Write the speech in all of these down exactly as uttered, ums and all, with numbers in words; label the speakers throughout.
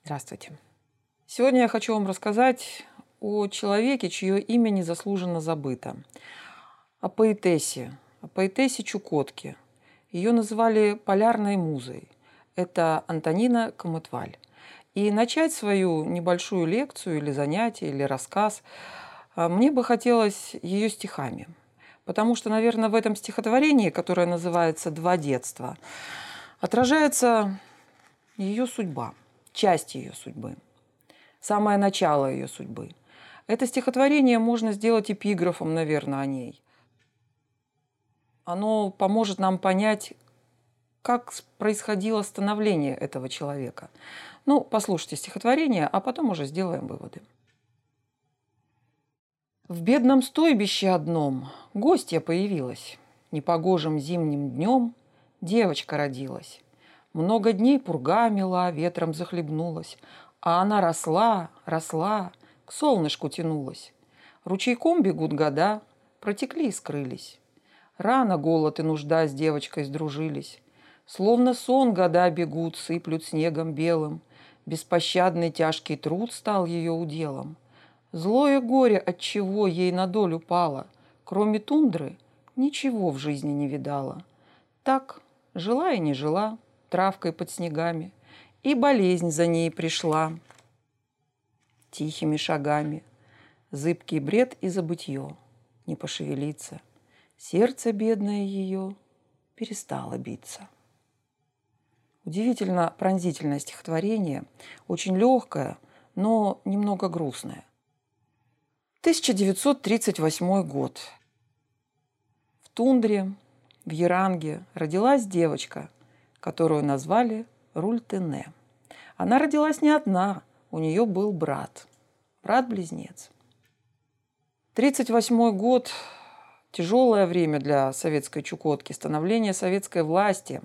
Speaker 1: Здравствуйте. Сегодня я хочу вам рассказать о человеке, чье имя незаслуженно забыто. О поэтессе, о поэтессе Чукотки. Ее называли полярной музой. Это Антонина Комытваль. И начать свою небольшую лекцию или занятие, или рассказ а, мне бы хотелось ее стихами. Потому что, наверное, в этом стихотворении, которое называется «Два детства», отражается ее судьба, часть ее судьбы, самое начало ее судьбы. Это стихотворение можно сделать эпиграфом, наверное, о ней. Оно поможет нам понять, как происходило становление этого человека. Ну, послушайте стихотворение, а потом уже сделаем выводы. В бедном стойбище одном гостья появилась. Непогожим зимним днем девочка родилась. Много дней пурга мела, ветром захлебнулась, а она росла, росла, к солнышку тянулась. Ручейком бегут года, протекли и скрылись. Рано голод и нужда с девочкой сдружились. Словно сон года бегут, сыплют снегом белым. Беспощадный тяжкий труд стал ее уделом. Злое горе, отчего ей на долю пало, кроме тундры, ничего в жизни не видала. Так жила и не жила, травкой под снегами, и болезнь за ней пришла тихими шагами. Зыбкий бред и забытье, не пошевелиться. Сердце бедное ее перестало биться. Удивительно пронзительное стихотворение, очень легкое, но немного грустное. тысяча девятьсот тридцать восьмой год. В тундре, в Яранге родилась девочка, которую назвали Рультене. Она родилась не одна, у нее был брат, брат-близнец. тридцать восьмой год – тяжелое время для советской Чукотки, становление советской власти,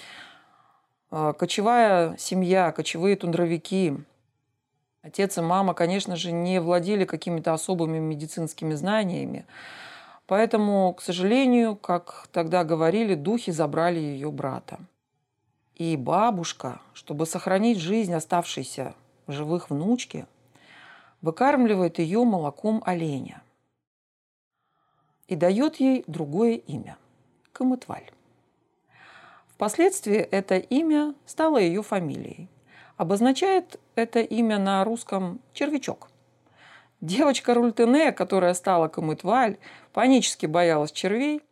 Speaker 1: кочевая семья, кочевые тундровики. Отец и мама, конечно же, не владели какими-то особыми медицинскими знаниями, поэтому, к сожалению, как тогда говорили, духи забрали ее брата. И бабушка, чтобы сохранить жизнь оставшейся в живых внучки, выкармливает ее молоком оленя и дает ей другое имя – Комытваль. Впоследствии это имя стало ее фамилией. Обозначает это имя на русском червячок. Девочка Рультене, которая стала Комытваль, панически боялась червей,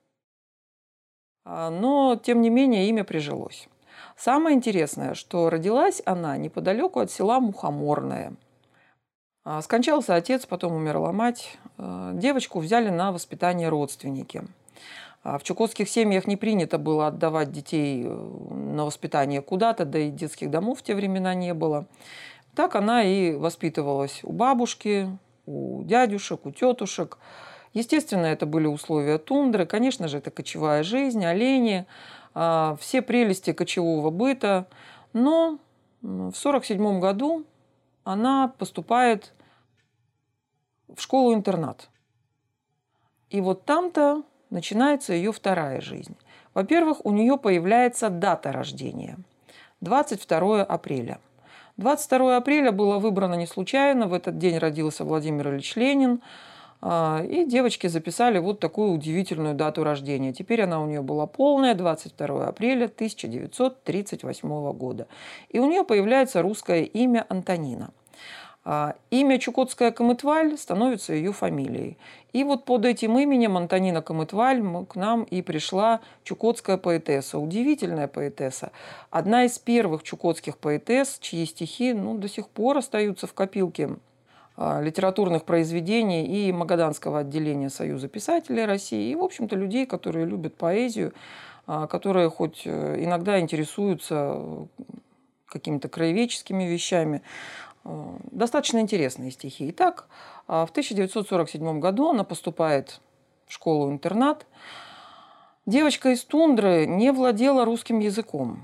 Speaker 1: но, тем не менее, имя прижилось. Самое интересное, что родилась она неподалеку от села Мухоморное. Скончался отец, потом умерла мать. Девочку взяли на воспитание родственники. В чукотских семьях не принято было отдавать детей на воспитание куда-то, да и детских домов в те времена не было. Так она и воспитывалась у бабушки, у дядюшек, у тетушек. Естественно, это были условия тундры. Конечно же, это кочевая жизнь, олени, все прелести кочевого быта. Но в сорок седьмом году она поступает в школу-интернат. И вот там-то начинается ее вторая жизнь. Во-первых, у нее появляется дата рождения – двадцать второе апреля. двадцать второе апреля было выбрано не случайно. В этот день родился Владимир Ильич Ленин. И девочки записали вот такую удивительную дату рождения. Теперь она у нее была полная – двадцать второе апреля тысяча девятьсот тридцать восьмого года. И у нее появляется русское имя Антонина. Имя Чукотская Комытваль становится ее фамилией. И вот под этим именем Антонина Комытваль к нам и пришла чукотская поэтесса. Удивительная поэтесса. Одна из первых чукотских поэтесс, чьи стихи ну, до сих пор остаются в копилке литературных произведений и Магаданского отделения Союза писателей России, и, в общем-то, людей, которые любят поэзию, которые хоть иногда интересуются какими-то краеведческими вещами. Достаточно интересные стихи. Итак, в тысяча девятьсот сорок седьмом году она поступает в школу-интернат. Девочка из тундры не владела русским языком.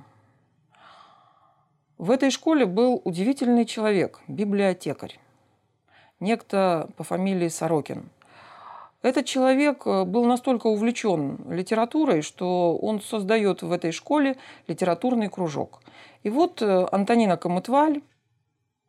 Speaker 1: В этой школе был удивительный человек, библиотекарь, некто по фамилии Сорокин. Этот человек был настолько увлечен литературой, что он создает в этой школе литературный кружок. И вот Антонина Комытваль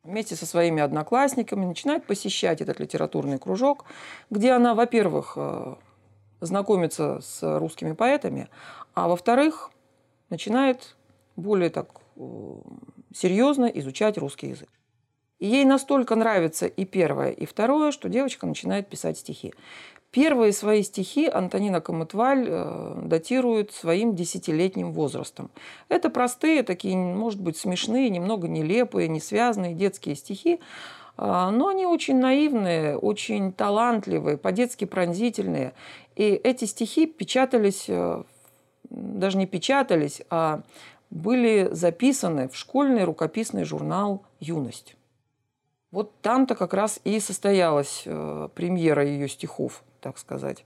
Speaker 1: вместе со своими одноклассниками начинает посещать этот литературный кружок, где она, во-первых, знакомится с русскими поэтами, а во-вторых, начинает более так серьезно изучать русский язык. И ей настолько нравится и первое, и второе, что девочка начинает писать стихи. Первые свои стихи Антонина Комытваль датирует своим десятилетним возрастом. Это простые, такие, может быть, смешные, немного нелепые, несвязанные детские стихи, но они очень наивные, очень талантливые, по-детски пронзительные. И эти стихи печатались, даже не печатались, а были записаны в школьный рукописный журнал «Юность». Вот там-то как раз и состоялась премьера ее стихов, так сказать.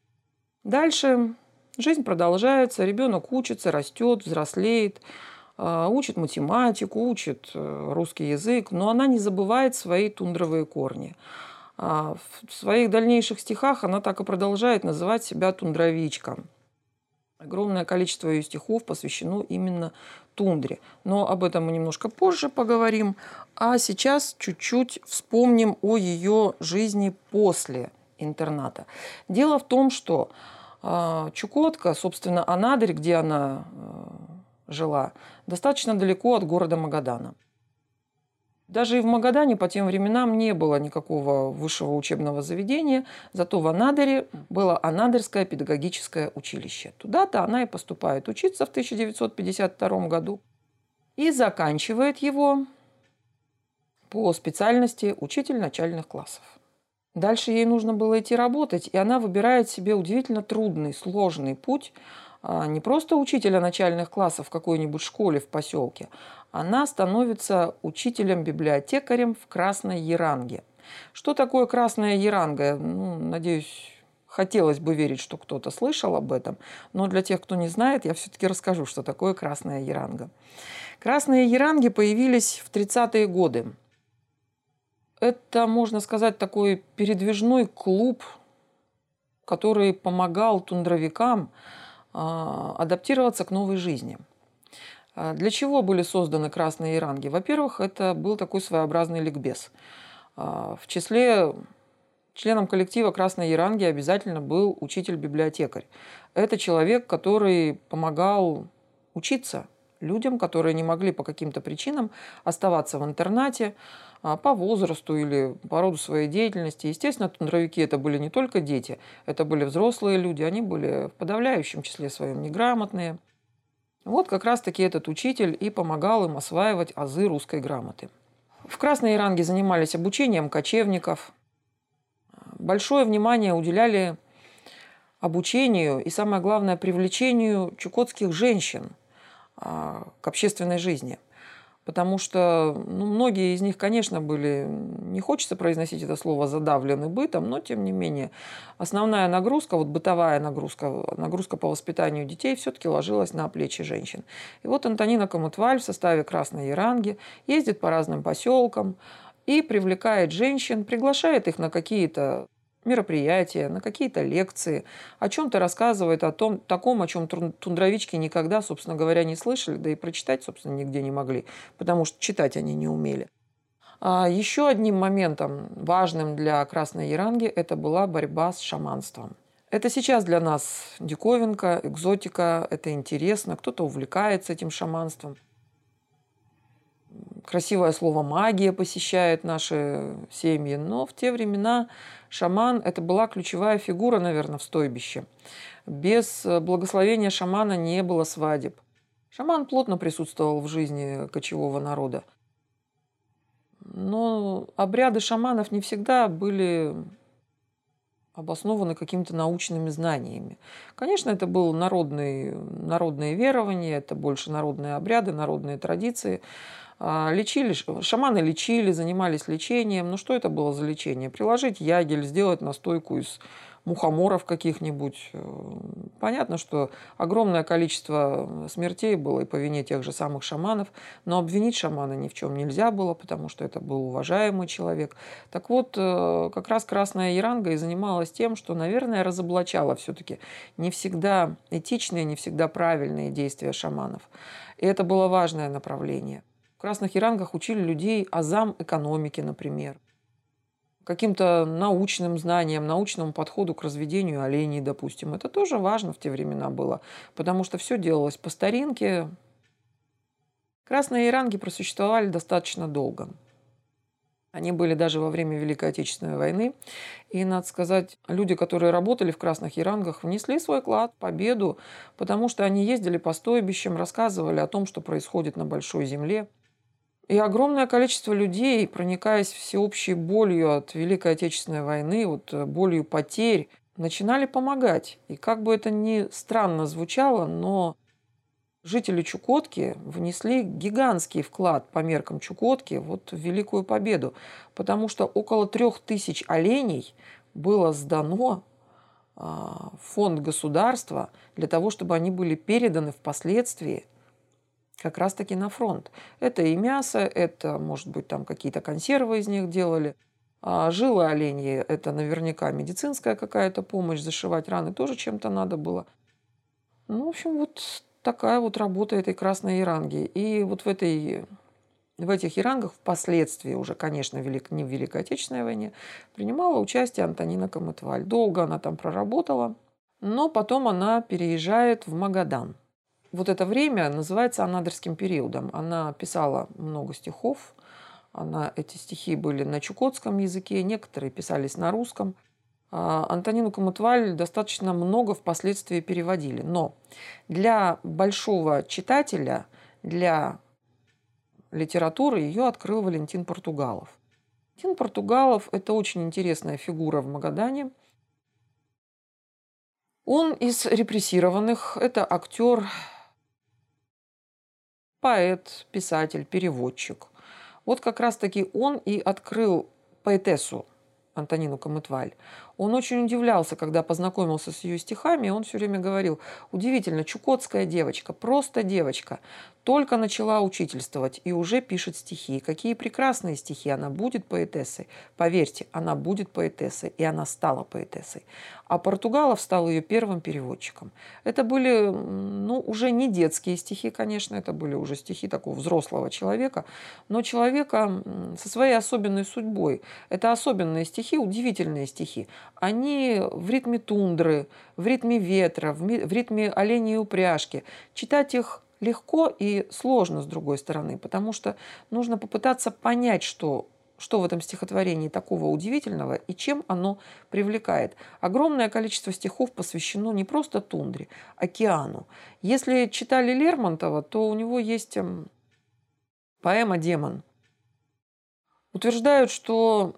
Speaker 1: Дальше жизнь продолжается, ребенок учится, растет, взрослеет, учит математику, учит русский язык, но она не забывает свои тундровые корни. В своих дальнейших стихах она так и продолжает называть себя тундровичка. Огромное количество ее стихов посвящено именно тундре. Но об этом мы немножко позже поговорим. А сейчас чуть-чуть вспомним о ее жизни после интерната. Дело в том, что Чукотка, собственно, Анадырь, где она жила, достаточно далеко от города Магадана. Даже и в Магадане по тем временам не было никакого высшего учебного заведения, зато в Анадыре было Анадырское педагогическое училище. Туда-то она и поступает учиться в тысяча девятьсот пятьдесят втором году и заканчивает его по специальности учитель начальных классов. Дальше ей нужно было идти работать, и она выбирает себе удивительно трудный, сложный путь. Не просто учителя начальных классов в какой-нибудь школе в поселке, она становится учителем-библиотекарем в Красной Яранге. Что такое Красная Яранга? Ну, надеюсь, хотелось бы верить, что кто-то слышал об этом, но для тех, кто не знает, я все-таки расскажу, что такое Красная Яранга. Красные Яранги появились в тридцатые годы. Это, можно сказать, такой передвижной клуб, который помогал тундровикам адаптироваться к новой жизни. Для чего были созданы Красные Яранги? Во-первых, это был такой своеобразный ликбез. В числе членом коллектива Красной Яранги обязательно был учитель-библиотекарь. Это человек, который помогал учиться людям, которые не могли по каким-то причинам оставаться в интернате по возрасту или по роду своей деятельности. Естественно, тундровики это были не только дети, это были взрослые люди, они были в подавляющем числе своем неграмотные. Вот как раз-таки этот учитель и помогал им осваивать азы русской грамоты. В Красной Яранге занимались обучением кочевников. Большое внимание уделяли обучению и, самое главное, привлечению чукотских женщин к общественной жизни. Потому что ну, многие из них, конечно, были, не хочется произносить это слово, задавлены бытом, но, тем не менее, основная нагрузка, вот бытовая нагрузка, нагрузка по воспитанию детей все-таки ложилась на плечи женщин. И вот Антонина Комытваль в составе Красной Яранги ездит по разным поселкам и привлекает женщин, приглашает их на какие-то мероприятия, на какие-то лекции, о чем-то рассказывает, о том, таком, о чем тундровички никогда, собственно говоря, не слышали, да и прочитать, собственно, нигде не могли, потому что читать они не умели. А еще одним моментом, важным для Красной Яранги, это была борьба с шаманством. Это сейчас для нас диковинка, экзотика, это интересно, кто-то увлекается этим шаманством. Красивое слово «магия» посещает наши семьи, но в те времена шаман – это была ключевая фигура, наверное, в стойбище. Без благословения шамана не было свадеб. Шаман плотно присутствовал в жизни кочевого народа. Но обряды шаманов не всегда были обоснованы какими-то научными знаниями. Конечно, это было народные, народные верования, это больше народные обряды, народные традиции. Лечили, шаманы лечили, занимались лечением. Ну что это было за лечение? Приложить ягель, сделать настойку из мухоморов каких-нибудь. Понятно, что огромное количество смертей было и по вине тех же самых шаманов, но обвинить шамана ни в чем нельзя было, потому что это был уважаемый человек. Так вот, как раз Красная Яранга и занималась тем, что, наверное, разоблачала все-таки не всегда этичные, не всегда правильные действия шаманов. И это было важное направление. красных ярангах учили людей азам экономики, например, каким-то научным знаниям, научному подходу к разведению оленей, допустим. Это тоже важно в те времена было, потому что все делалось по старинке. Красные яранги просуществовали достаточно долго. Они были даже во время Великой Отечественной войны. И, надо сказать, люди, которые работали в красных ярангах, внесли свой вклад в победу, потому что они ездили по стойбищам, рассказывали о том, что происходит на Большой Земле. И огромное количество людей, проникаясь всеобщей болью от Великой Отечественной войны, вот болью потерь, начинали помогать. И как бы это ни странно звучало, но жители Чукотки внесли гигантский вклад по меркам Чукотки вот в Великую Победу, потому что около трех тысяч оленей было сдано в фонд государства для того, чтобы они были переданы впоследствии как раз-таки на фронт. Это и мясо, это, может быть, там какие-то консервы из них делали. А жилы оленьи – это наверняка медицинская какая-то помощь, зашивать раны тоже чем-то надо было. Ну, в общем, вот такая вот работа этой красной яранги. И вот в, этой, в этих ярангах впоследствии уже, конечно, велик, не в Великой Отечественной войне, принимала участие Антонина Камытваль. Долго она там проработала, но потом она переезжает в Магадан. Вот это время называется анадырским периодом. Она писала много стихов. Она, эти стихи были на чукотском языке, некоторые писались на русском. Антонину Камытваль достаточно много впоследствии переводили. Но для большого читателя, для литературы ее открыл Валентин Португалов. Валентин Португалов – это очень интересная фигура в Магадане. Он из репрессированных, это актер, поэт, писатель, переводчик. Вот как раз-таки он и открыл поэтессу Антонину Камытваль. Он очень удивлялся, когда познакомился с ее стихами, он все время говорил: удивительно, чукотская девочка, просто девочка, только начала учительствовать и уже пишет стихи. Какие прекрасные стихи, она будет поэтессой. Поверьте, она будет поэтессой, и она стала поэтессой. А Португалов стал ее первым переводчиком. Это были, ну, уже не детские стихи, конечно, это были уже стихи такого взрослого человека, но человека со своей особенной судьбой. Это особенные стихи, удивительные стихи. Они в ритме тундры, в ритме ветра, в ритме оленей упряжки. Читать их легко и сложно, с другой стороны, потому что нужно попытаться понять, что, что в этом стихотворении такого удивительного и чем оно привлекает. Огромное количество стихов посвящено не просто тундре, океану. Если читали Лермонтова, то у него есть поэма «Демон». Утверждают, что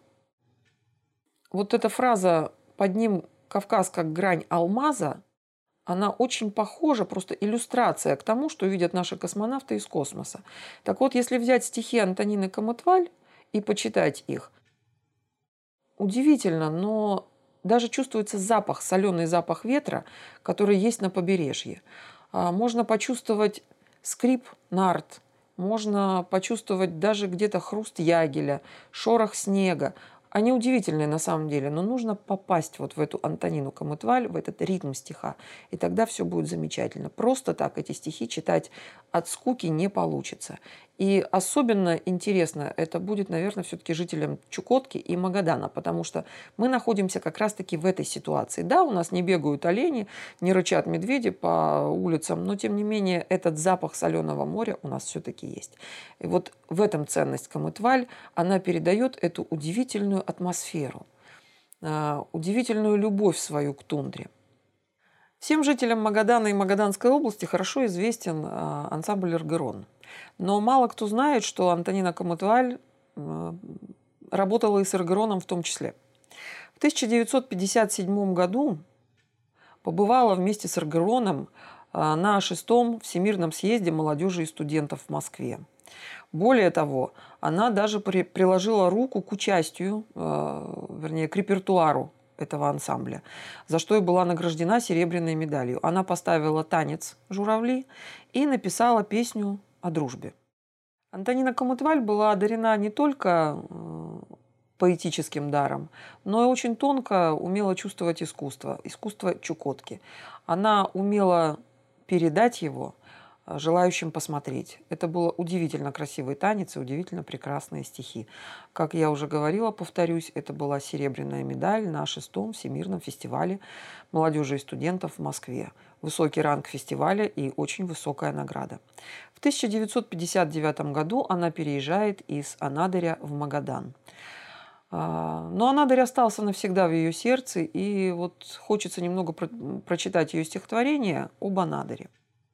Speaker 1: вот эта фраза «под ним Кавказ, как грань алмаза», она очень похожа, просто иллюстрация к тому, что видят наши космонавты из космоса. Так вот, если взять стихи Антонины Камытваль и почитать их, удивительно, но даже чувствуется запах, соленый запах ветра, который есть на побережье. Можно почувствовать скрип нарт, можно почувствовать даже где-то хруст ягеля, шорох снега. Они удивительные на самом деле, но нужно попасть вот в эту Антонину Камытваль, в этот ритм стиха, и тогда все будет замечательно. Просто так эти стихи читать от скуки не получится. И особенно интересно это будет, наверное, все-таки жителям Чукотки и Магадана, потому что мы находимся как раз-таки в этой ситуации. Да, у нас не бегают олени, не рычат медведи по улицам, но тем не менее этот запах соленого моря у нас все-таки есть. И вот в этом ценность Камытваль, она передает эту удивительную атмосферу, удивительную любовь свою к тундре. Всем жителям Магадана и Магаданской области хорошо известен ансамбль «Эргерон». Но мало кто знает, что Антонина Камытваль работала и с «Эргероном» в том числе. В тысяча девятьсот пятьдесят седьмом году побывала вместе с «Эргероном» на шестом Всемирном съезде молодежи и студентов в Москве. Более того, она даже при, приложила руку к участию, э, вернее, к репертуару этого ансамбля, за что и была награждена серебряной медалью. Она поставила танец «Журавли» и написала песню о дружбе. Антонина Камытваль была одарена не только э, поэтическим даром, но и очень тонко умела чувствовать искусство, искусство Чукотки. Она умела передать его, желающим посмотреть. Это был удивительно красивый танец и удивительно прекрасные стихи. Как я уже говорила, повторюсь, это была серебряная медаль на шестом Всемирном фестивале молодежи и студентов в Москве. Высокий ранг фестиваля и очень высокая награда. В тысяча девятьсот пятьдесят девятом году она переезжает из Анадыря в Магадан. Но Анадырь остался навсегда в ее сердце, и вот хочется немного про- прочитать ее стихотворение об Анадыре.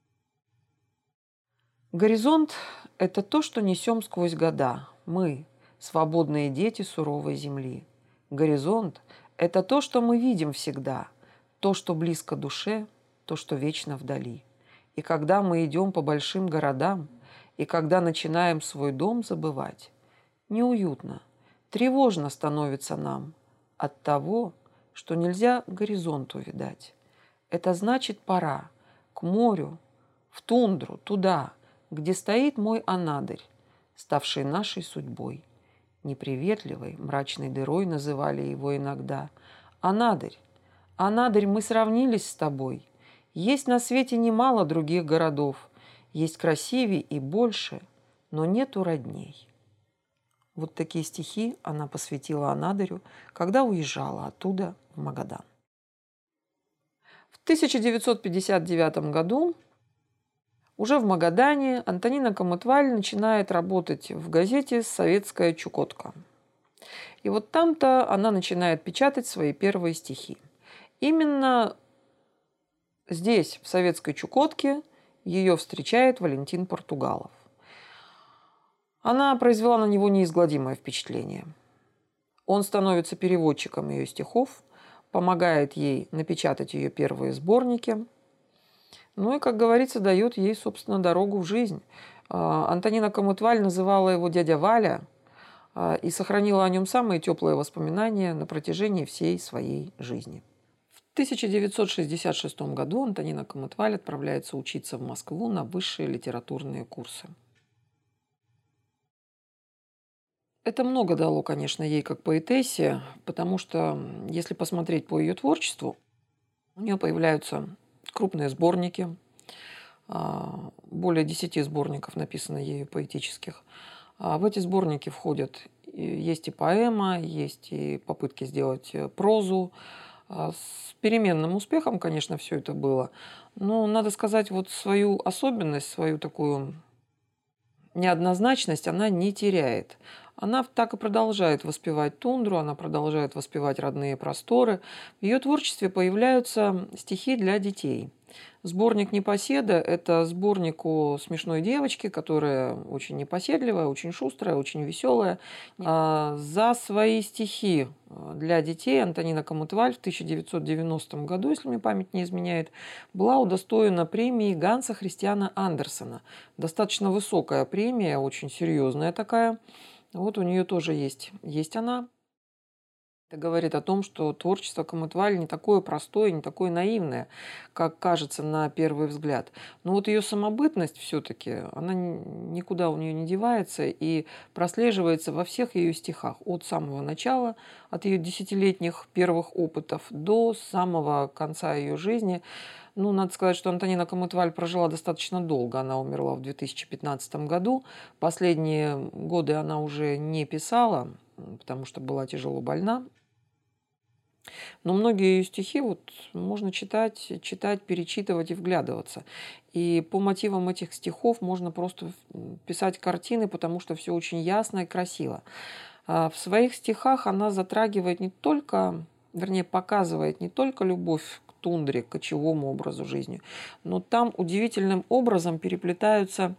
Speaker 1: Горизонт – это то, что несем сквозь года. Мы – свободные дети суровой земли. Горизонт – это то, что мы видим всегда, то, что близко душе, то, что вечно вдали. И когда мы идем по большим городам, и когда начинаем свой дом забывать, неуютно, тревожно становится нам от того, что нельзя горизонт увидать. Это значит, пора к морю, в тундру, туда, где стоит мой Анадырь, ставший нашей судьбой. Неприветливой, мрачной дырой называли его иногда. Анадырь, Анадырь, мы сравнились с тобой. Есть на свете немало других городов, есть красивее и больше, но нету родней. Вот такие стихи она посвятила Анадырю, когда уезжала оттуда в Магадан. В тысяча девятьсот пятьдесят девятом году уже в Магадане Антонина Камытваль начинает работать в газете «Советская Чукотка». И вот там-то она начинает печатать свои первые стихи. Именно здесь, в «Советской Чукотке», ее встречает Валентин Португалов. Она произвела на него неизгладимое впечатление. Он становится переводчиком ее стихов, помогает ей напечатать ее первые сборники, ну и, как говорится, дает ей, собственно, дорогу в жизнь. Антонина Камытваль называла его «дядя Валя» и сохранила о нем самые теплые воспоминания на протяжении всей своей жизни. В тысяча девятьсот шестьдесят шестом году Антонина Камытваль отправляется учиться в Москву на высшие литературные курсы. Это много дало, конечно, ей как поэтессе, потому что, если посмотреть по ее творчеству, у нее появляются крупные сборники, более десяти сборников написано ею поэтических. В эти сборники входят, есть и поэма, есть и попытки сделать прозу. С переменным успехом, конечно, все это было. Но, надо сказать, вот свою особенность, свою такую неоднозначность она не теряет. Она так и продолжает воспевать тундру, она продолжает воспевать родные просторы. В ее творчестве появляются стихи для детей. Сборник «Непоседа» – это сборник о смешной девочке, которая очень непоседливая, очень шустрая, очень веселая. За свои стихи для детей Антонина Камытваль в тысяча девятьсот девяностом году, если мне память не изменяет, была удостоена премии Ганса Христиана Андерсена. Достаточно высокая премия, очень серьезная такая. Вот у нее тоже есть, есть она. Это говорит о том, что творчество Камытваль не такое простое, не такое наивное, как кажется на первый взгляд. Но вот ее самобытность все-таки, она никуда у нее не девается и прослеживается во всех ее стихах. От самого начала, от ее десятилетних первых опытов до самого конца ее жизни. Ну, надо сказать, что Антонина Камытваль прожила достаточно долго. Она умерла в две тысячи пятнадцатом году. Последние годы она уже не писала, потому что была тяжело больна. Но многие ее стихи вот можно читать, читать, перечитывать и вглядываться. И по мотивам этих стихов можно просто писать картины, потому что все очень ясно и красиво. В своих стихах она затрагивает не только, вернее, показывает не только любовь к тундре, к кочевому образу жизни, но там удивительным образом переплетаются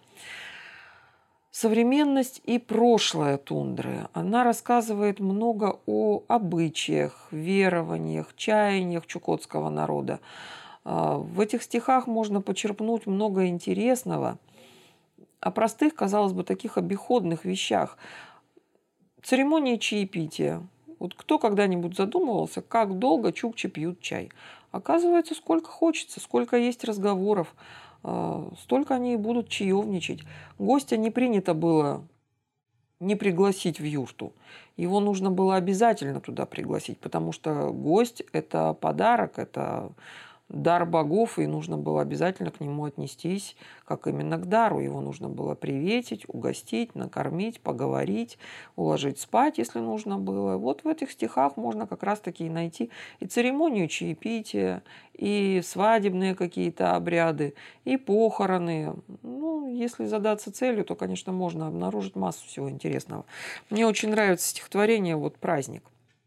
Speaker 1: современность и прошлое тундры. Она рассказывает много о обычаях, верованиях, чаяниях чукотского народа. В этих стихах можно почерпнуть много интересного о простых, казалось бы, таких обиходных вещах. Церемонии чаепития. Вот кто когда-нибудь задумывался, как долго чукчи пьют чай? Оказывается, сколько хочется, сколько есть разговоров. Столько они и будут чаевничать. Гостя не принято было не пригласить в юрту. Его нужно было обязательно туда пригласить, потому что гость – это подарок, это дар богов, и нужно было обязательно к нему отнестись как именно к дару. Его нужно было приветить, угостить, накормить, поговорить, уложить спать, если нужно было. Вот в этих стихах можно как раз-таки и найти и церемонию чаепития, и свадебные какие-то обряды, и похороны. Ну, если задаться целью, то, конечно, можно обнаружить массу всего интересного. Мне очень нравится стихотворение вот «Праздник».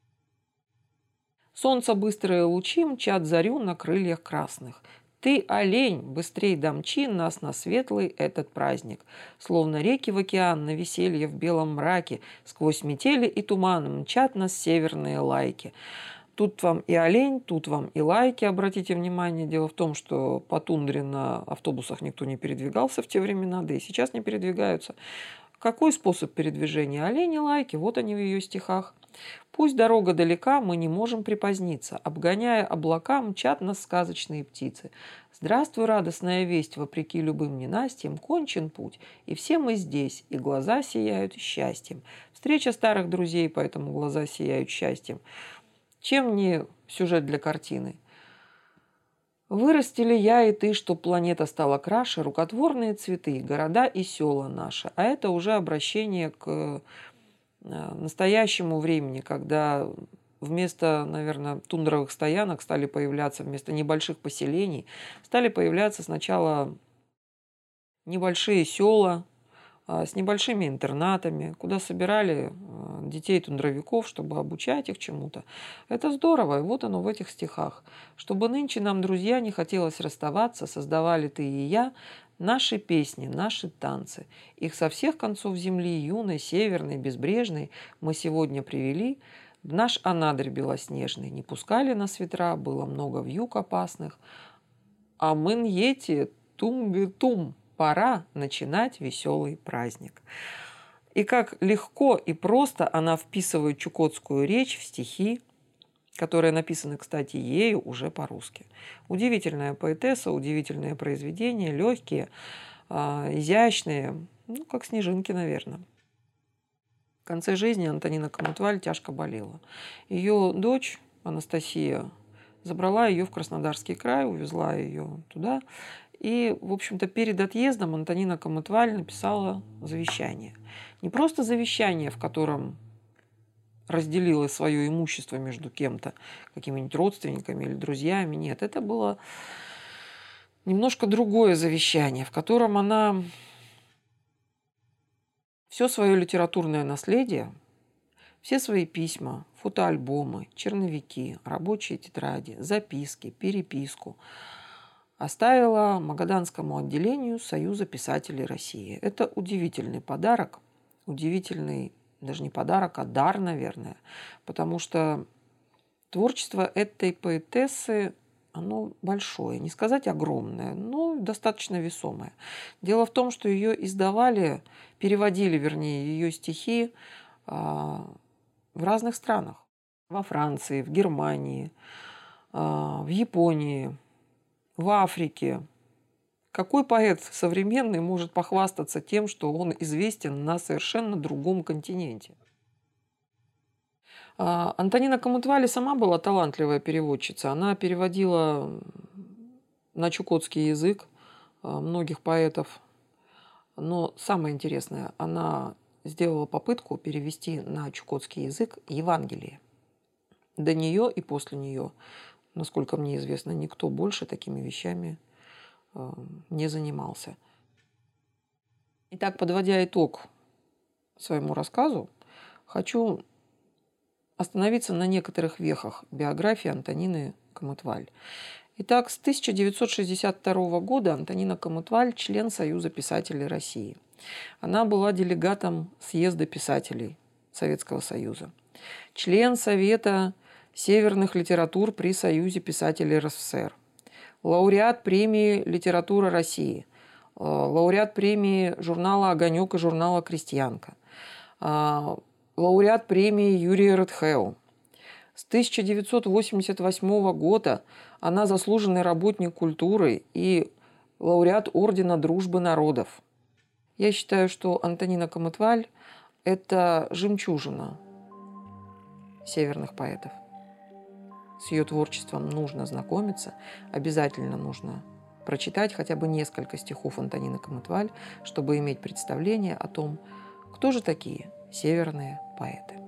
Speaker 1: Солнце быстрые лучи мчат зарю на крыльях красных. Ты, олень, быстрей домчи нас на светлый этот праздник. Словно реки в океан на веселье в белом мраке, сквозь метели и туман мчат нас северные лайки. Тут вам и олень, тут вам и лайки, обратите внимание. Дело в том, что по тундре на автобусах никто не передвигался в те времена, да и сейчас не передвигаются. Какой способ передвижения? Олени, лайки, вот они в ее стихах. Пусть дорога далека, мы не можем припоздниться. Обгоняя облака, мчат нас сказочные птицы. Здравствуй, радостная весть, вопреки любым ненастьям, кончен путь. И все мы здесь, и глаза сияют счастьем. Встреча старых друзей, поэтому глаза сияют счастьем. Чем не сюжет для картины? Вырастили я и ты, чтоб планета стала краше, рукотворные цветы, города и села наши. А это уже обращение к настоящему времени, когда вместо, наверное, тундровых стоянок стали появляться, вместо небольших поселений, стали появляться сначала небольшие села с небольшими интернатами, куда собирали детей тундровиков, чтобы обучать их чему-то. Это здорово, и вот оно в этих стихах. Чтобы нынче нам, друзья, не хотелось расставаться, создавали ты и я наши песни, наши танцы. Их со всех концов земли, юной, северной, безбрежной, мы сегодня привели в наш анадырь белоснежный. Не пускали нас ветра, было много вьюг опасных. А мы ньети тум-тум, пора начинать веселый праздник. И как легко и просто она вписывает чукотскую речь в стихи, которые написаны, кстати, ею уже по-русски. Удивительная поэтесса, удивительные произведения, легкие, э, изящные, ну, как снежинки, наверное. В конце жизни Антонина Коммутваль тяжко болела. Ее дочь Анастасия забрала ее в Краснодарский край, увезла ее туда. И, в общем-то, перед отъездом Антонина Коммутваль написала завещание. Не просто завещание, в котором разделила свое имущество между кем-то, какими-нибудь родственниками или друзьями. Нет, это было немножко другое завещание, в котором она все свое литературное наследие, все свои письма, фотоальбомы, черновики, рабочие тетради, записки, переписку оставила Магаданскому отделению Союза писателей России. Это удивительный подарок, удивительный даже не подарок, а дар, наверное, потому что творчество этой поэтессы, оно большое, не сказать огромное, но достаточно весомое. Дело в том, что ее издавали, переводили, вернее, ее стихи а, в разных странах. Во Франции, в Германии, а, в Японии, в Африке. Какой поэт современный может похвастаться тем, что он известен на совершенно другом континенте? Антонина Коммутваль сама была талантливая переводчица. Она переводила на чукотский язык многих поэтов. Но самое интересное, она сделала попытку перевести на чукотский язык Евангелие. До нее и после нее, насколько мне известно, никто больше такими вещами не занимался. Итак, подводя итог своему рассказу, хочу остановиться на некоторых вехах биографии Антонины Коммутваль. Итак, с тысяча девятьсот шестьдесят второго года Антонина Коммутваль – член Союза писателей России. Она была делегатом съезда писателей Советского Союза, член Совета северных литератур при Союзе писателей РСФСР, лауреат премии «Литература России», лауреат премии журнала «Огонек» и журнала «Крестьянка», лауреат премии Юрия Редхеу. С тысяча девятьсот восемьдесят восьмого года она заслуженный работник культуры и лауреат Ордена Дружбы Народов. Я считаю, что Антонина Коммутваль – это жемчужина северных поэтов. С ее творчеством нужно знакомиться, обязательно нужно прочитать хотя бы несколько стихов Антонины Комытваль, чтобы иметь представление о том, кто же такие северные поэты.